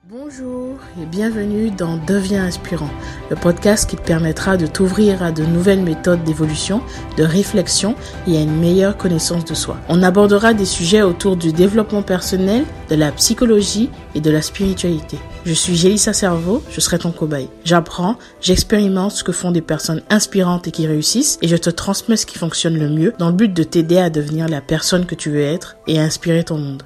Bonjour et bienvenue dans Deviens inspirant, le podcast qui te permettra de t'ouvrir à de nouvelles méthodes d'évolution, de réflexion et à une meilleure connaissance de soi. On abordera des sujets autour du développement personnel, de la psychologie et de la spiritualité. Je suis Jélissa Cerveau, je serai ton cobaye. J'apprends, j'expérimente ce que font des personnes inspirantes et qui réussissent et je te transmets ce qui fonctionne le mieux dans le but de t'aider à devenir la personne que tu veux être et à inspirer ton monde.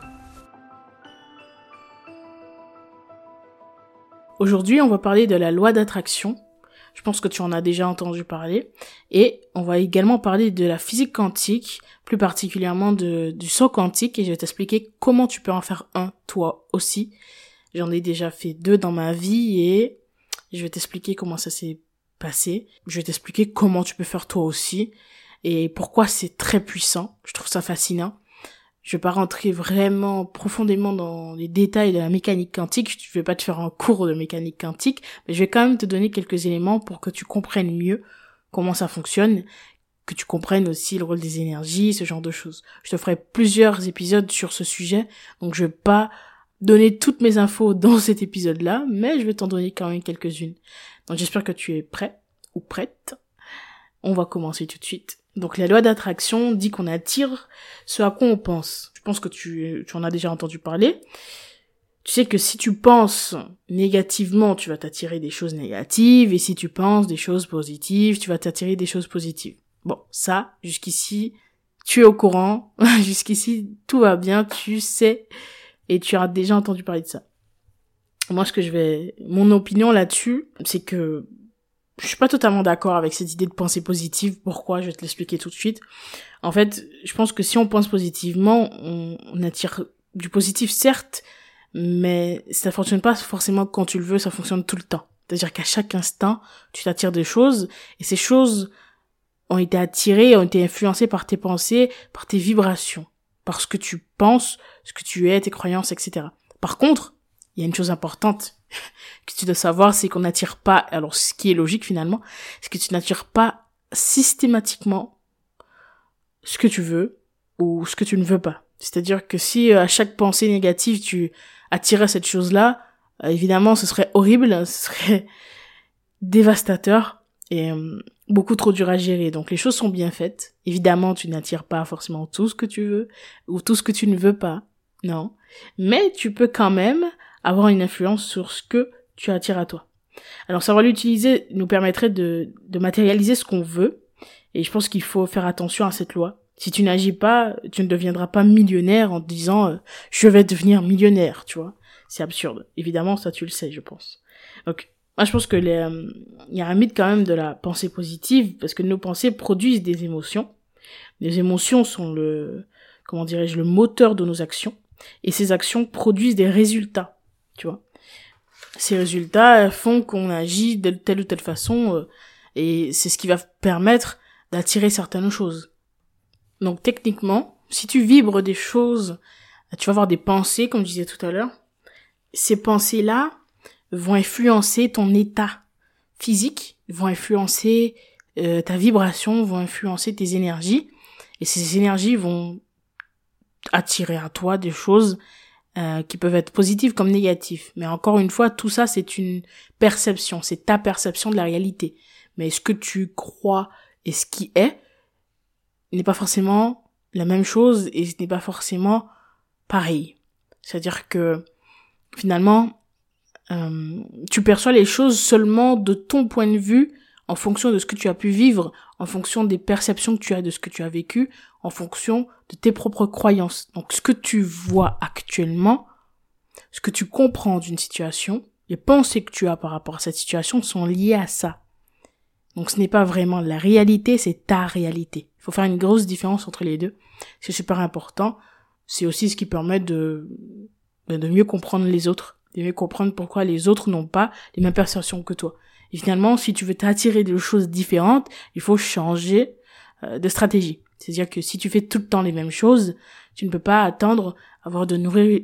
Aujourd'hui, on va parler de la loi d'attraction. Je pense que tu en as déjà entendu parler. Et on va également parler de la physique quantique, plus particulièrement du saut quantique. Et je vais t'expliquer comment tu peux en faire un, toi aussi. J'en ai déjà fait 2 dans ma vie et je vais t'expliquer comment ça s'est passé. Je vais t'expliquer comment tu peux faire toi aussi et pourquoi c'est très puissant. Je trouve ça fascinant. Je vais pas rentrer vraiment profondément dans les détails de la mécanique quantique, je vais pas te faire un cours de mécanique quantique, mais je vais quand même te donner quelques éléments pour que tu comprennes mieux comment ça fonctionne, que tu comprennes aussi le rôle des énergies, ce genre de choses. Je te ferai plusieurs épisodes sur ce sujet, donc je vais pas donner toutes mes infos dans cet épisode-là, mais je vais t'en donner quand même quelques-unes. Donc j'espère que tu es prêt ou prête. On va commencer tout de suite. Donc la loi d'attraction dit qu'on attire ce à quoi on pense. Je pense que tu en as déjà entendu parler. Tu sais que si tu penses négativement, tu vas t'attirer des choses négatives, et si tu penses des choses positives, tu vas t'attirer des choses positives. Bon, ça, jusqu'ici, tu es au courant, jusqu'ici, tout va bien, tu sais, et tu as déjà entendu parler de ça. Moi, mon opinion là-dessus, c'est que je suis pas totalement d'accord avec cette idée de pensée positive. Pourquoi? Je vais te l'expliquer tout de suite. En fait, je pense que si on pense positivement, on attire du positif, certes, mais ça fonctionne pas forcément quand tu le veux, ça fonctionne tout le temps. C'est-à-dire qu'à chaque instant, tu t'attires des choses, et ces choses ont été attirées, ont été influencées par tes pensées, par tes vibrations, par ce que tu penses, ce que tu es, tes croyances, etc. Par contre, il y a une chose importante que tu dois savoir, c'est qu'on n'attire pas, alors ce qui est logique finalement, c'est que tu n'attires pas systématiquement ce que tu veux ou ce que tu ne veux pas. C'est-à-dire que si à chaque pensée négative tu attirais cette chose-là, évidemment ce serait horrible, ce serait dévastateur et beaucoup trop dur à gérer. Donc les choses sont bien faites. Évidemment tu n'attires pas forcément tout ce que tu veux ou tout ce que tu ne veux pas, non. Mais tu peux quand même avoir une influence sur ce que tu attires à toi. Alors savoir l'utiliser nous permettrait de matérialiser ce qu'on veut, et je pense qu'il faut faire attention à cette loi. Si tu n'agis pas, tu ne deviendras pas millionnaire en te disant je vais devenir millionnaire, tu vois. C'est absurde. Évidemment, ça tu le sais, je pense. Donc moi je pense que il y a un mythe quand même de la pensée positive, parce que nos pensées produisent des émotions. Les émotions sont le moteur de nos actions, et ces actions produisent des résultats. Tu vois, ces résultats font qu'on agit de telle ou telle façon et c'est ce qui va permettre d'attirer certaines choses. Donc techniquement, si tu vibres des choses, tu vas avoir des pensées, comme je disais tout à l'heure. Ces pensées-là vont influencer ton état physique, vont influencer ta vibration, vont influencer tes énergies, et ces énergies vont attirer à toi des choses qui peuvent être positives comme négatives. Mais encore une fois, tout ça, c'est une perception. C'est ta perception de la réalité. Mais ce que tu crois et ce qui est n'est pas forcément la même chose et ce n'est pas forcément pareil. C'est-à-dire que, finalement, tu perçois les choses seulement de ton point de vue, en fonction de ce que tu as pu vivre, en fonction des perceptions que tu as de ce que tu as vécu, en fonction de tes propres croyances. Donc ce que tu vois actuellement, ce que tu comprends d'une situation, les pensées que tu as par rapport à cette situation sont liées à ça. Donc ce n'est pas vraiment la réalité, c'est ta réalité. Il faut faire une grosse différence entre les deux. C'est super important. C'est aussi ce qui permet de mieux comprendre les autres, de mieux comprendre pourquoi les autres n'ont pas les mêmes perceptions que toi. Et finalement, si tu veux t'attirer de choses différentes, il faut changer de stratégie. C'est-à-dire que si tu fais tout le temps les mêmes choses, tu ne peux pas attendre d'avoir de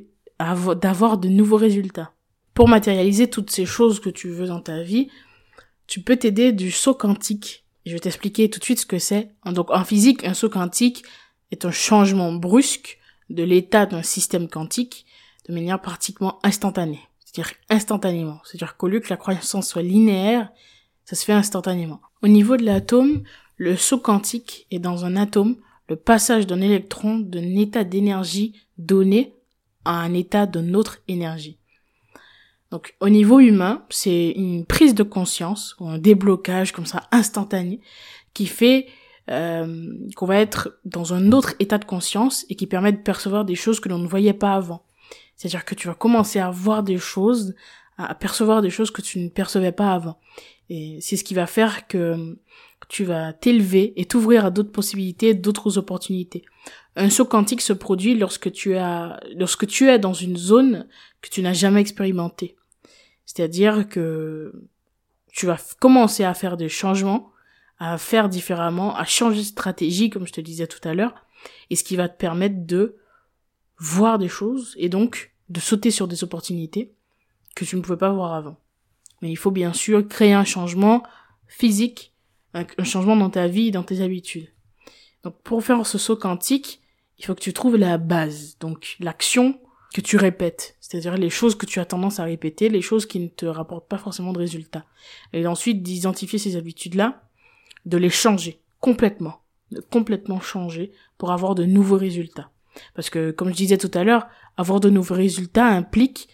nouveaux résultats. Pour matérialiser toutes ces choses que tu veux dans ta vie, tu peux t'aider du saut quantique. Je vais t'expliquer tout de suite ce que c'est. Donc en physique, un saut quantique est un changement brusque de l'état d'un système quantique de manière pratiquement instantanée. C'est-à-dire instantanément. C'est-à-dire qu'au lieu que la croissance soit linéaire, ça se fait instantanément. Au niveau de l'atome, le saut quantique est dans un atome, le passage d'un électron d'un état d'énergie donné à un état d'une autre énergie. Donc, au niveau humain, c'est une prise de conscience, ou un déblocage comme ça instantané, qui fait qu'on va être dans un autre état de conscience et qui permet de percevoir des choses que l'on ne voyait pas avant. C'est-à-dire que tu vas commencer à voir des choses, à percevoir des choses que tu ne percevais pas avant. Et c'est ce qui va faire que tu vas t'élever et t'ouvrir à d'autres possibilités, d'autres opportunités. Un saut quantique se produit lorsque tu es dans une zone que tu n'as jamais expérimentée. C'est-à-dire que tu vas commencer à faire des changements, à faire différemment, à changer de stratégie, comme je te disais tout à l'heure, et ce qui va te permettre de voir des choses, et donc de sauter sur des opportunités que tu ne pouvais pas voir avant. Mais il faut bien sûr créer un changement physique, un changement dans ta vie, dans tes habitudes. Donc pour faire ce saut quantique, il faut que tu trouves la base, donc l'action que tu répètes, c'est-à-dire les choses que tu as tendance à répéter, les choses qui ne te rapportent pas forcément de résultats. Et ensuite d'identifier ces habitudes-là, de les changer complètement, de complètement changer pour avoir de nouveaux résultats. Parce que, comme je disais tout à l'heure, avoir de nouveaux résultats implique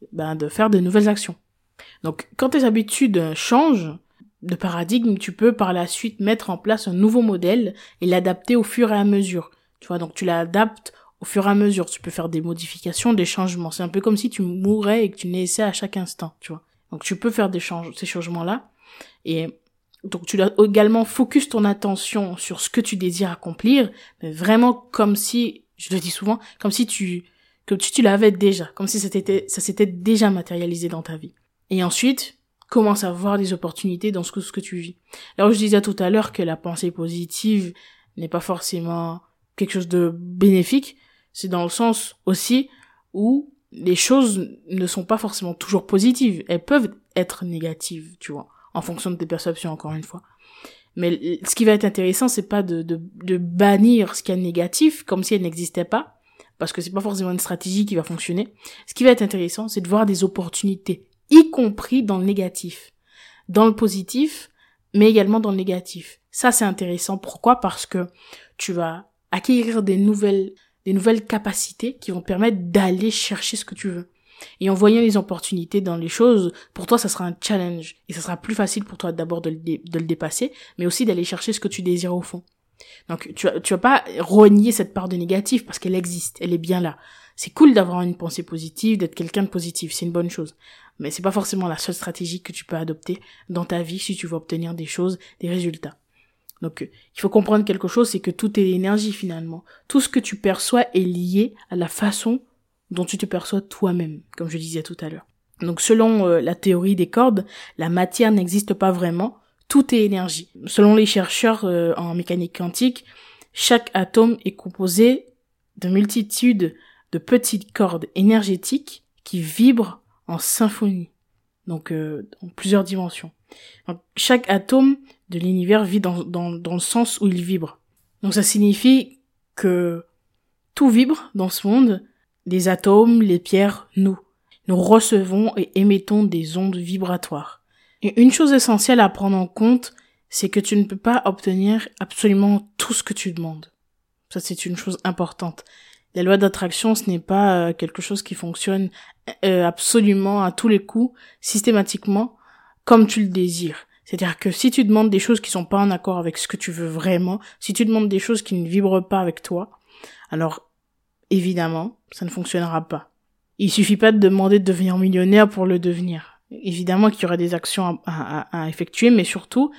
de faire de nouvelles actions. Donc, quand tes habitudes changent de paradigme, tu peux par la suite mettre en place un nouveau modèle et l'adapter au fur et à mesure. Tu vois, donc tu l'adaptes au fur et à mesure. Tu peux faire des modifications, des changements. C'est un peu comme si tu mourais et que tu naissais à chaque instant, tu vois. Donc, tu peux faire ces changements-là. Et donc, tu dois également focus ton attention sur ce que tu désires accomplir, mais vraiment comme si, je le dis souvent, comme si tu l'avais déjà, comme si ça s'était déjà matérialisé dans ta vie. Et ensuite, commence à voir des opportunités dans ce que tu vis. Alors, je disais tout à l'heure que la pensée positive n'est pas forcément quelque chose de bénéfique, c'est dans le sens aussi où les choses ne sont pas forcément toujours positives, elles peuvent être négatives, tu vois, en fonction de tes perceptions, encore une fois. Mais ce qui va être intéressant, c'est pas de bannir ce qui est négatif, comme si elle n'existait pas, parce que c'est pas forcément une stratégie qui va fonctionner. Ce qui va être intéressant, c'est de voir des opportunités, y compris dans le négatif, dans le positif, mais également dans le négatif. Ça, c'est intéressant. Pourquoi? Parce que tu vas acquérir des nouvelles capacités qui vont permettre d'aller chercher ce que tu veux. Et en voyant les opportunités dans les choses, pour toi, ça sera un challenge. Et ça sera plus facile pour toi d'abord de le dépasser, mais aussi d'aller chercher ce que tu désires au fond. Donc, tu vas pas renier cette part de négatif parce qu'elle existe, elle est bien là. C'est cool d'avoir une pensée positive, d'être quelqu'un de positif, c'est une bonne chose. Mais c'est pas forcément la seule stratégie que tu peux adopter dans ta vie si tu veux obtenir des choses, des résultats. Donc, il faut comprendre quelque chose, c'est que tout est énergie finalement. Tout ce que tu perçois est lié à la façon dont tu te perçois toi-même, comme je disais tout à l'heure. Donc, selon la théorie des cordes, la matière n'existe pas vraiment, tout est énergie. Selon les chercheurs en mécanique quantique, chaque atome est composé de multitudes de petites cordes énergétiques qui vibrent en symphonie, donc en plusieurs dimensions. Donc, chaque atome de l'univers vit dans le sens où il vibre. Donc ça signifie que tout vibre dans ce monde, les atomes, les pierres, nous recevons et émettons des ondes vibratoires. Et une chose essentielle à prendre en compte, c'est que tu ne peux pas obtenir absolument tout ce que tu demandes. Ça, c'est une chose importante. La loi d'attraction, ce n'est pas quelque chose qui fonctionne absolument à tous les coups, systématiquement, comme tu le désires. C'est-à-dire que si tu demandes des choses qui sont pas en accord avec ce que tu veux vraiment, si tu demandes des choses qui ne vibrent pas avec toi, alors, évidemment, ça ne fonctionnera pas. Il suffit pas de demander de devenir millionnaire pour le devenir. Évidemment qu'il y aura des actions à effectuer, mais surtout,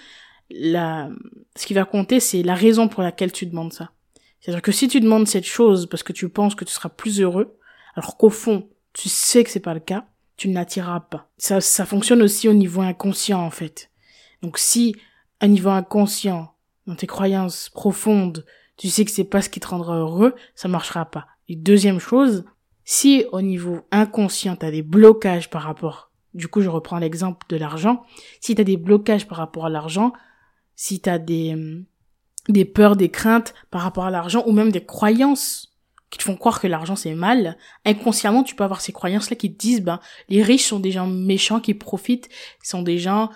ce qui va compter, c'est la raison pour laquelle tu demandes ça. C'est-à-dire que si tu demandes cette chose parce que tu penses que tu seras plus heureux, alors qu'au fond, tu sais que c'est pas le cas, tu ne l'attireras pas. Ça fonctionne aussi au niveau inconscient, en fait. Donc si, à niveau inconscient, dans tes croyances profondes, tu sais que c'est pas ce qui te rendra heureux, ça marchera pas. Et deuxième chose, si au niveau inconscient, t'as des blocages par rapport, du coup je reprends l'exemple de l'argent, si t'as des blocages par rapport à l'argent, si t'as des peurs, des craintes par rapport à l'argent, ou même des croyances qui te font croire que l'argent c'est mal, inconsciemment tu peux avoir ces croyances-là qui te disent, les riches sont des gens méchants qui profitent, sont des gens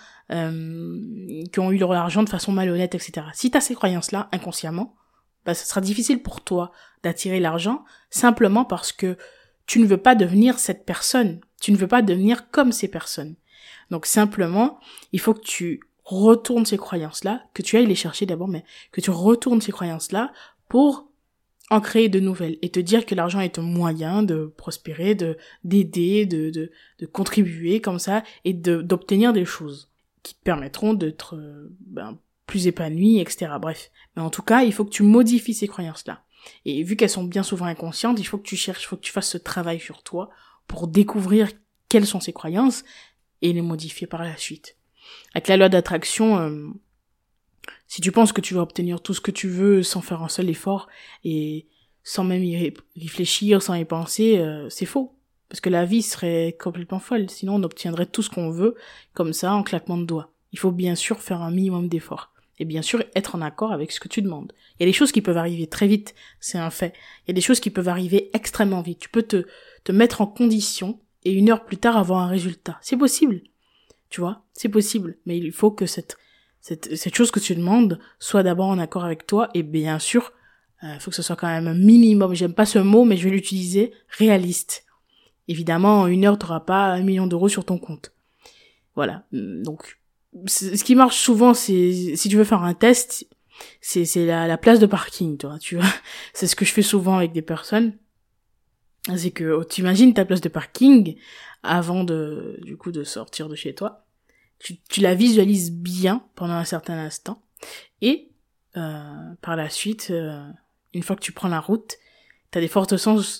qui ont eu leur argent de façon malhonnête, etc. Si t'as ces croyances-là, inconsciemment, ça sera difficile pour toi d'attirer l'argent, simplement parce que tu ne veux pas devenir cette personne. Tu ne veux pas devenir comme ces personnes. Donc simplement, il faut que tu retournes ces croyances-là, que tu ailles les chercher d'abord, mais que tu retournes ces croyances-là pour en créer de nouvelles et te dire que l'argent est un moyen de prospérer, d'aider, de contribuer comme ça et d'obtenir des choses qui te permettront d'être plus épanoui, etc. Bref. Mais en tout cas, il faut que tu modifies ces croyances-là. Et vu qu'elles sont bien souvent inconscientes, il faut que tu cherches, il faut que tu fasses ce travail sur toi pour découvrir quelles sont ces croyances et les modifier par la suite. Avec la loi d'attraction, si tu penses que tu vas obtenir tout ce que tu veux sans faire un seul effort et sans même y réfléchir, sans y penser, c'est faux. Parce que la vie serait complètement folle. Sinon, on obtiendrait tout ce qu'on veut, comme ça, en claquement de doigts. Il faut bien sûr faire un minimum d'efforts. Et bien sûr, être en accord avec ce que tu demandes. Il y a des choses qui peuvent arriver très vite, c'est un fait. Il y a des choses qui peuvent arriver extrêmement vite. Tu peux te mettre en condition et 1 heure plus tard avoir un résultat. C'est possible. Tu vois, c'est possible. Mais il faut que cette chose que tu demandes soit d'abord en accord avec toi et bien sûr, faut que ce soit quand même un minimum, j'aime pas ce mot mais je vais l'utiliser, réaliste. Évidemment, en 1 heure, t'auras pas 1 million d'euros sur ton compte. Voilà. Donc, ce qui marche souvent, c'est, si tu veux faire un test, c'est la place de parking, tu vois. C'est ce que je fais souvent avec des personnes. C'est que, tu imagines ta place de parking avant de sortir de chez toi. Tu la visualises bien pendant un certain instant. Et, par la suite, une fois que tu prends la route, t'as des fortes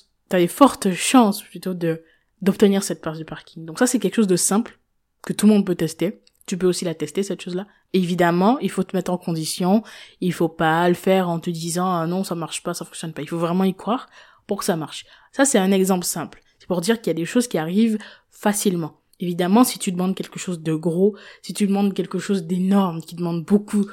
chances plutôt d'obtenir cette place de parking. Donc ça, c'est quelque chose de simple que tout le monde peut tester. Tu peux aussi la tester, cette chose-là. Évidemment, il faut te mettre en condition. Il faut pas le faire en te disant ah non, ça marche pas, ça fonctionne pas. Il faut vraiment y croire pour que ça marche. Ça, c'est un exemple simple. C'est pour dire qu'il y a des choses qui arrivent facilement. Évidemment, si tu demandes quelque chose de gros, si tu demandes quelque chose d'énorme, qui demande beaucoup,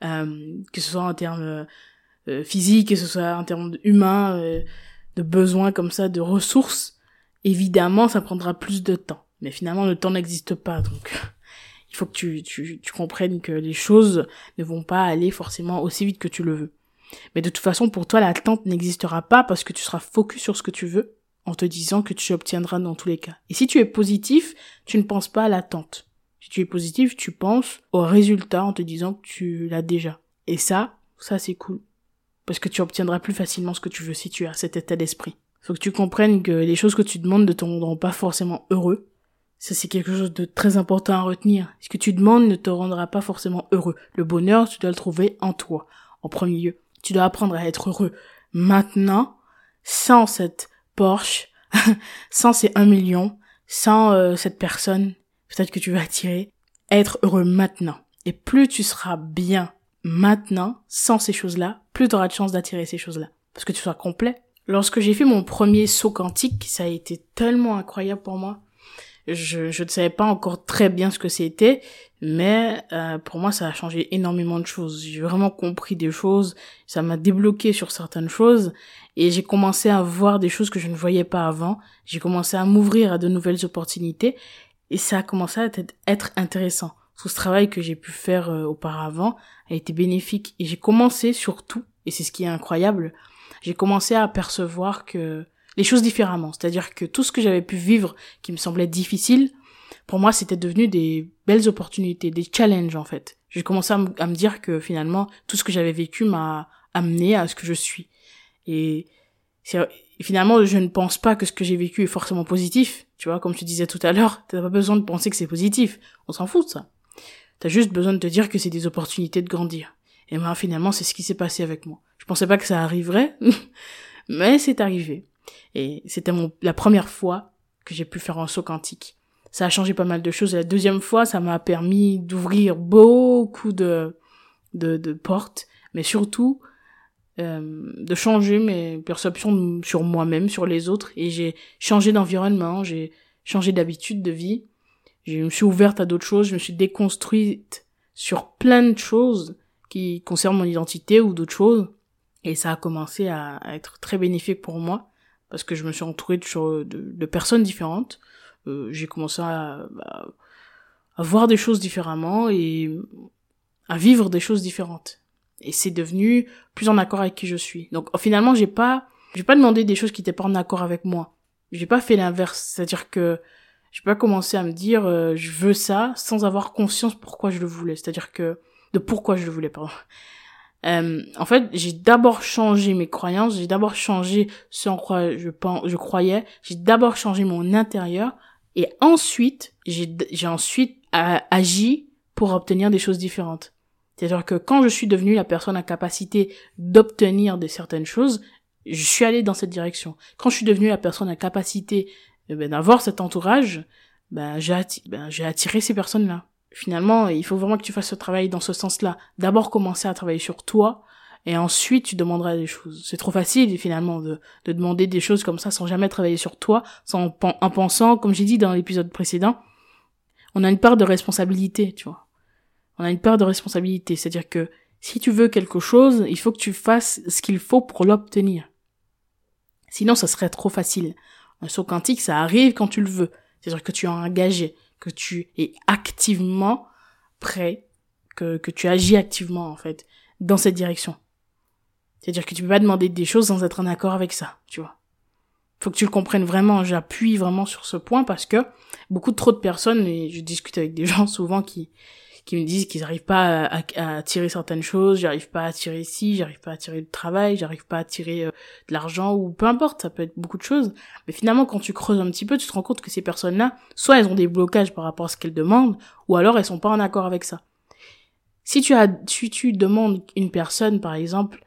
que ce soit en termes physiques, que ce soit en termes humains, de besoins comme ça, de ressources, évidemment, ça prendra plus de temps. Mais finalement, le temps n'existe pas, donc il faut que tu comprennes que les choses ne vont pas aller forcément aussi vite que tu le veux. Mais de toute façon, pour toi, l'attente n'existera pas parce que tu seras focus sur ce que tu veux en te disant que tu obtiendras dans tous les cas. Et si tu es positif, tu ne penses pas à l'attente. Si tu es positif, tu penses au résultat en te disant que tu l'as déjà. Et ça c'est cool. Parce que tu obtiendras plus facilement ce que tu veux si tu as cet état d'esprit. Faut que tu comprennes que les choses que tu demandes ne te rendront pas forcément heureux. Ça, c'est quelque chose de très important à retenir. Ce que tu demandes ne te rendra pas forcément heureux. Le bonheur, tu dois le trouver en toi, en premier lieu. Tu dois apprendre à être heureux maintenant, sans cette Porsche, sans ces 1 million, sans cette personne, peut-être que tu veux attirer. Être heureux maintenant. Et plus tu seras bien maintenant, sans ces choses-là, plus tu auras de chances d'attirer ces choses-là. Parce que tu seras complet. Lorsque j'ai fait mon premier saut quantique, ça a été tellement incroyable pour moi. Je ne savais pas encore très bien ce que c'était, mais pour moi ça a changé énormément de choses. J'ai vraiment compris des choses, ça m'a débloqué sur certaines choses et j'ai commencé à voir des choses que je ne voyais pas avant. J'ai commencé à m'ouvrir à de nouvelles opportunités et ça a commencé à être intéressant. Tout ce travail que j'ai pu faire auparavant a été bénéfique et j'ai commencé surtout, et c'est ce qui est incroyable, j'ai commencé à percevoir que les choses différemment. C'est-à-dire que tout ce que j'avais pu vivre qui me semblait difficile, pour moi, c'était devenu des belles opportunités, des challenges, en fait. J'ai commencé à me dire que finalement, tout ce que j'avais vécu m'a amené à ce que je suis. Et finalement, je ne pense pas que ce que j'ai vécu est forcément positif. Tu vois, comme tu disais tout à l'heure, t'as pas besoin de penser que c'est positif. On s'en fout de ça. T'as juste besoin de te dire que c'est des opportunités de grandir. Et moi, finalement, c'est ce qui s'est passé avec moi. Je pensais pas que ça arriverait, mais c'est arrivé. Et c'était la première fois que j'ai pu faire un saut quantique. Ça a changé pas mal de choses. Et la deuxième fois, ça m'a permis d'ouvrir beaucoup de portes, mais surtout de changer mes perceptions sur moi-même, sur les autres. Et j'ai changé d'environnement, j'ai changé d'habitude de vie. Je me suis ouverte à d'autres choses, je me suis déconstruite sur plein de choses qui concernent mon identité ou d'autres choses. Et ça a commencé à être très bénéfique pour moi, parce que je me suis entourée de personnes différentes. J'ai commencé à voir des choses différemment et à vivre des choses différentes. Et c'est devenu plus en accord avec qui je suis. Donc finalement, j'ai pas demandé des choses qui étaient pas en accord avec moi. J'ai pas fait l'inverse, c'est-à-dire que j'ai pas commencé à me dire je veux ça sans avoir conscience pourquoi je le voulais, c'est-à-dire que de pourquoi je le voulais, pardon. En fait, j'ai d'abord changé mes croyances, j'ai d'abord changé ce en quoi je croyais, j'ai d'abord changé mon intérieur et ensuite, j'ai ensuite agi pour obtenir des choses différentes. C'est-à-dire que quand je suis devenue la personne à capacité d'obtenir de certaines choses, je suis allée dans cette direction. Quand je suis devenue la personne à capacité d'avoir cet entourage, j'ai attiré ces personnes-là. Finalement, il faut vraiment que tu fasses ce travail dans ce sens-là. D'abord commencer à travailler sur toi, et ensuite tu demanderas des choses. C'est trop facile finalement de demander des choses comme ça sans jamais travailler sur toi, en pensant, comme j'ai dit dans l'épisode précédent, on a une part de responsabilité, tu vois. On a une part de responsabilité, c'est-à-dire que si tu veux quelque chose, il faut que tu fasses ce qu'il faut pour l'obtenir. Sinon, ça serait trop facile. Un saut quantique, ça arrive quand tu le veux. C'est-à-dire que tu es engagé, que tu es activement prêt, que tu agis activement, en fait, dans cette direction. C'est-à-dire que tu peux pas demander des choses sans être en accord avec ça, tu vois. Faut que tu le comprennes vraiment. J'appuie vraiment sur ce point parce que beaucoup trop de personnes, et je discute avec des gens souvent qui me disent qu'ils n'arrivent pas à attirer certaines choses, j'arrive pas à attirer ici, j'arrive pas à attirer du travail, j'arrive pas à attirer de l'argent, ou peu importe, ça peut être beaucoup de choses. Mais finalement, quand tu creuses un petit peu, tu te rends compte que ces personnes-là, soit elles ont des blocages par rapport à ce qu'elles demandent, ou alors elles sont pas en accord avec ça. Si tu demandes une personne, par exemple,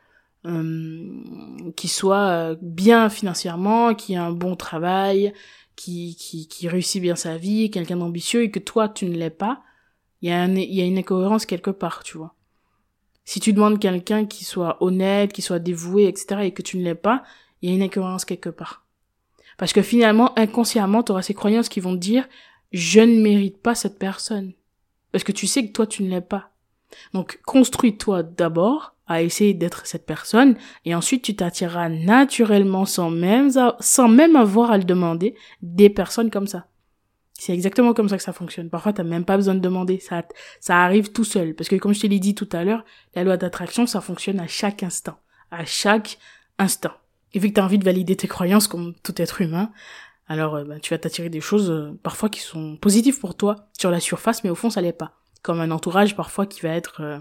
qui soit bien financièrement, qui a un bon travail, qui réussit bien sa vie, quelqu'un d'ambitieux, et que toi, tu ne l'es pas, il y a une incohérence quelque part, tu vois. Si tu demandes quelqu'un qui soit honnête, qui soit dévoué, etc., et que tu ne l'es pas, il y a une incohérence quelque part. Parce que finalement, inconsciemment, tu auras ces croyances qui vont te dire « je ne mérite pas cette personne ». Parce que tu sais que toi, tu ne l'es pas. Donc, construis-toi d'abord à essayer d'être cette personne, et ensuite tu t'attireras naturellement, sans même avoir à le demander, des personnes comme ça. C'est exactement comme ça que ça fonctionne. Parfois, t'as même pas besoin de demander. Ça arrive tout seul. Parce que comme je te l'ai dit tout à l'heure, la loi d'attraction, ça fonctionne à chaque instant. À chaque instant. Et vu que t'as envie de valider tes croyances comme tout être humain, alors tu vas t'attirer des choses parfois qui sont positives pour toi sur la surface, mais au fond, ça l'est pas. Comme un entourage parfois qui va être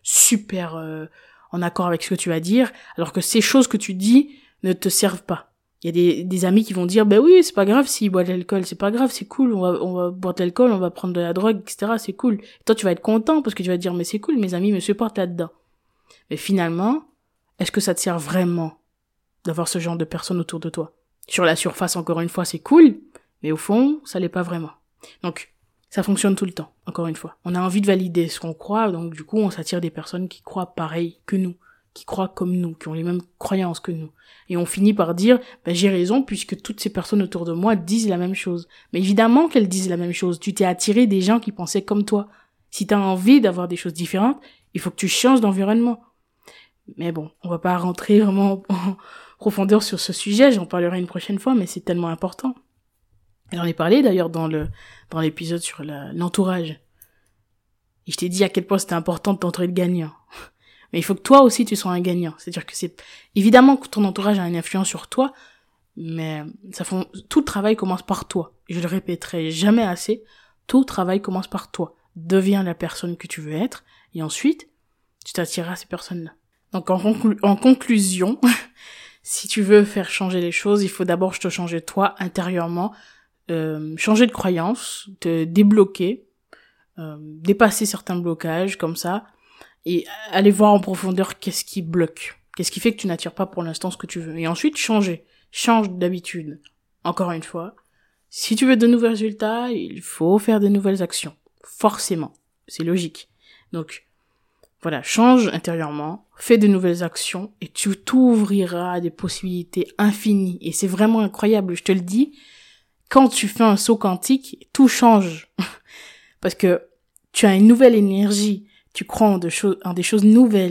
super en accord avec ce que tu vas dire, alors que ces choses que tu dis ne te servent pas. Il y a des amis qui vont dire, ben oui, c'est pas grave s'il boit de l'alcool, c'est pas grave, c'est cool, on va boire de l'alcool, on va prendre de la drogue, etc., c'est cool. Et toi, tu vas être content parce que tu vas te dire, mais c'est cool, mes amis me supportent là-dedans. Mais finalement, est-ce que ça te sert vraiment d'avoir ce genre de personnes autour de toi? Sur la surface, encore une fois, c'est cool, mais au fond, ça l'est pas vraiment. Donc, ça fonctionne tout le temps, encore une fois. On a envie de valider ce qu'on croit, donc du coup, on s'attire des personnes qui croient pareil que nous, qui croient comme nous, qui ont les mêmes croyances que nous. Et on finit par dire, j'ai raison puisque toutes ces personnes autour de moi disent la même chose. Mais évidemment qu'elles disent la même chose. Tu t'es attiré des gens qui pensaient comme toi. Si t'as envie d'avoir des choses différentes, il faut que tu changes d'environnement. Mais bon, on va pas rentrer vraiment en profondeur sur ce sujet, j'en parlerai une prochaine fois, mais c'est tellement important. J'en ai parlé d'ailleurs dans l'épisode sur l'entourage. Et je t'ai dit à quel point c'était important de t'entourer de gagnants. Mais il faut que toi aussi tu sois un gagnant. C'est-à-dire que c'est évidemment que ton entourage a une influence sur toi, mais tout le travail commence par toi. Je le répéterai jamais assez. Tout travail commence par toi. Deviens la personne que tu veux être, et ensuite tu t'attireras à ces personnes-là. Donc en conclusion, si tu veux faire changer les choses, il faut d'abord te changer toi intérieurement, changer de croyance, te débloquer, dépasser certains blocages comme ça. Et aller voir en profondeur qu'est-ce qui bloque. Qu'est-ce qui fait que tu n'attires pas pour l'instant ce que tu veux. Et ensuite, changer. Change d'habitude. Encore une fois, si tu veux de nouveaux résultats, il faut faire de nouvelles actions. Forcément. C'est logique. Donc, voilà, change intérieurement, fais de nouvelles actions, et tu t'ouvriras à des possibilités infinies. Et c'est vraiment incroyable, je te le dis. Quand tu fais un saut quantique, tout change. Parce que tu as une nouvelle énergie. Tu crois en des choses nouvelles.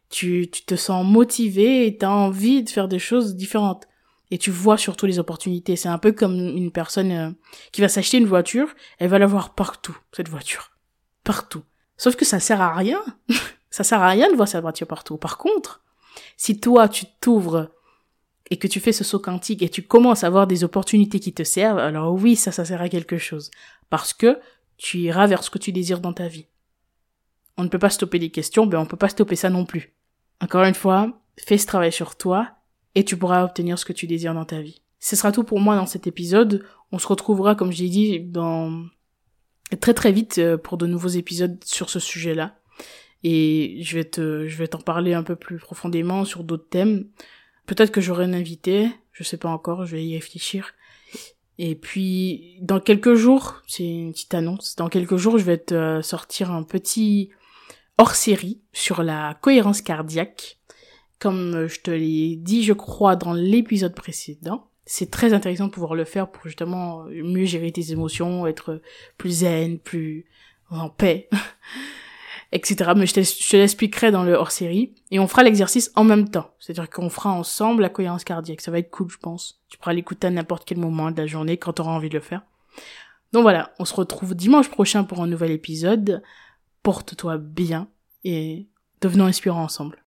tu te sens motivé et t'as envie de faire des choses différentes. Et tu vois surtout les opportunités. C'est un peu comme une personne qui va s'acheter une voiture, elle va la voir partout, cette voiture. Partout. Sauf que ça sert à rien. Ça sert à rien de voir cette voiture partout. Par contre, si toi, tu t'ouvres et que tu fais ce saut quantique et tu commences à avoir des opportunités qui te servent, alors oui, ça sert à quelque chose. Parce que tu iras vers ce que tu désires dans ta vie. On ne peut pas stopper les questions, on peut pas stopper ça non plus. Encore une fois, fais ce travail sur toi et tu pourras obtenir ce que tu désires dans ta vie. Ce sera tout pour moi dans cet épisode. On se retrouvera, comme j'ai dit, très très vite pour de nouveaux épisodes sur ce sujet-là. Et je vais t'en parler un peu plus profondément sur d'autres thèmes. Peut-être que j'aurai un invité, je sais pas encore, je vais y réfléchir. Et puis, dans quelques jours, c'est une petite annonce, dans quelques jours, je vais te sortir un petit hors-série sur la cohérence cardiaque. Comme je te l'ai dit, je crois, dans l'épisode précédent. C'est très intéressant de pouvoir le faire pour justement mieux gérer tes émotions, être plus zen, plus en paix, etc. Mais je te l'expliquerai dans le hors-série. Et on fera l'exercice en même temps. C'est-à-dire qu'on fera ensemble la cohérence cardiaque. Ça va être cool, je pense. Tu pourras l'écouter à n'importe quel moment de la journée quand tu auras envie de le faire. Donc voilà, on se retrouve dimanche prochain pour un nouvel épisode. Porte-toi bien et devenons inspirants ensemble.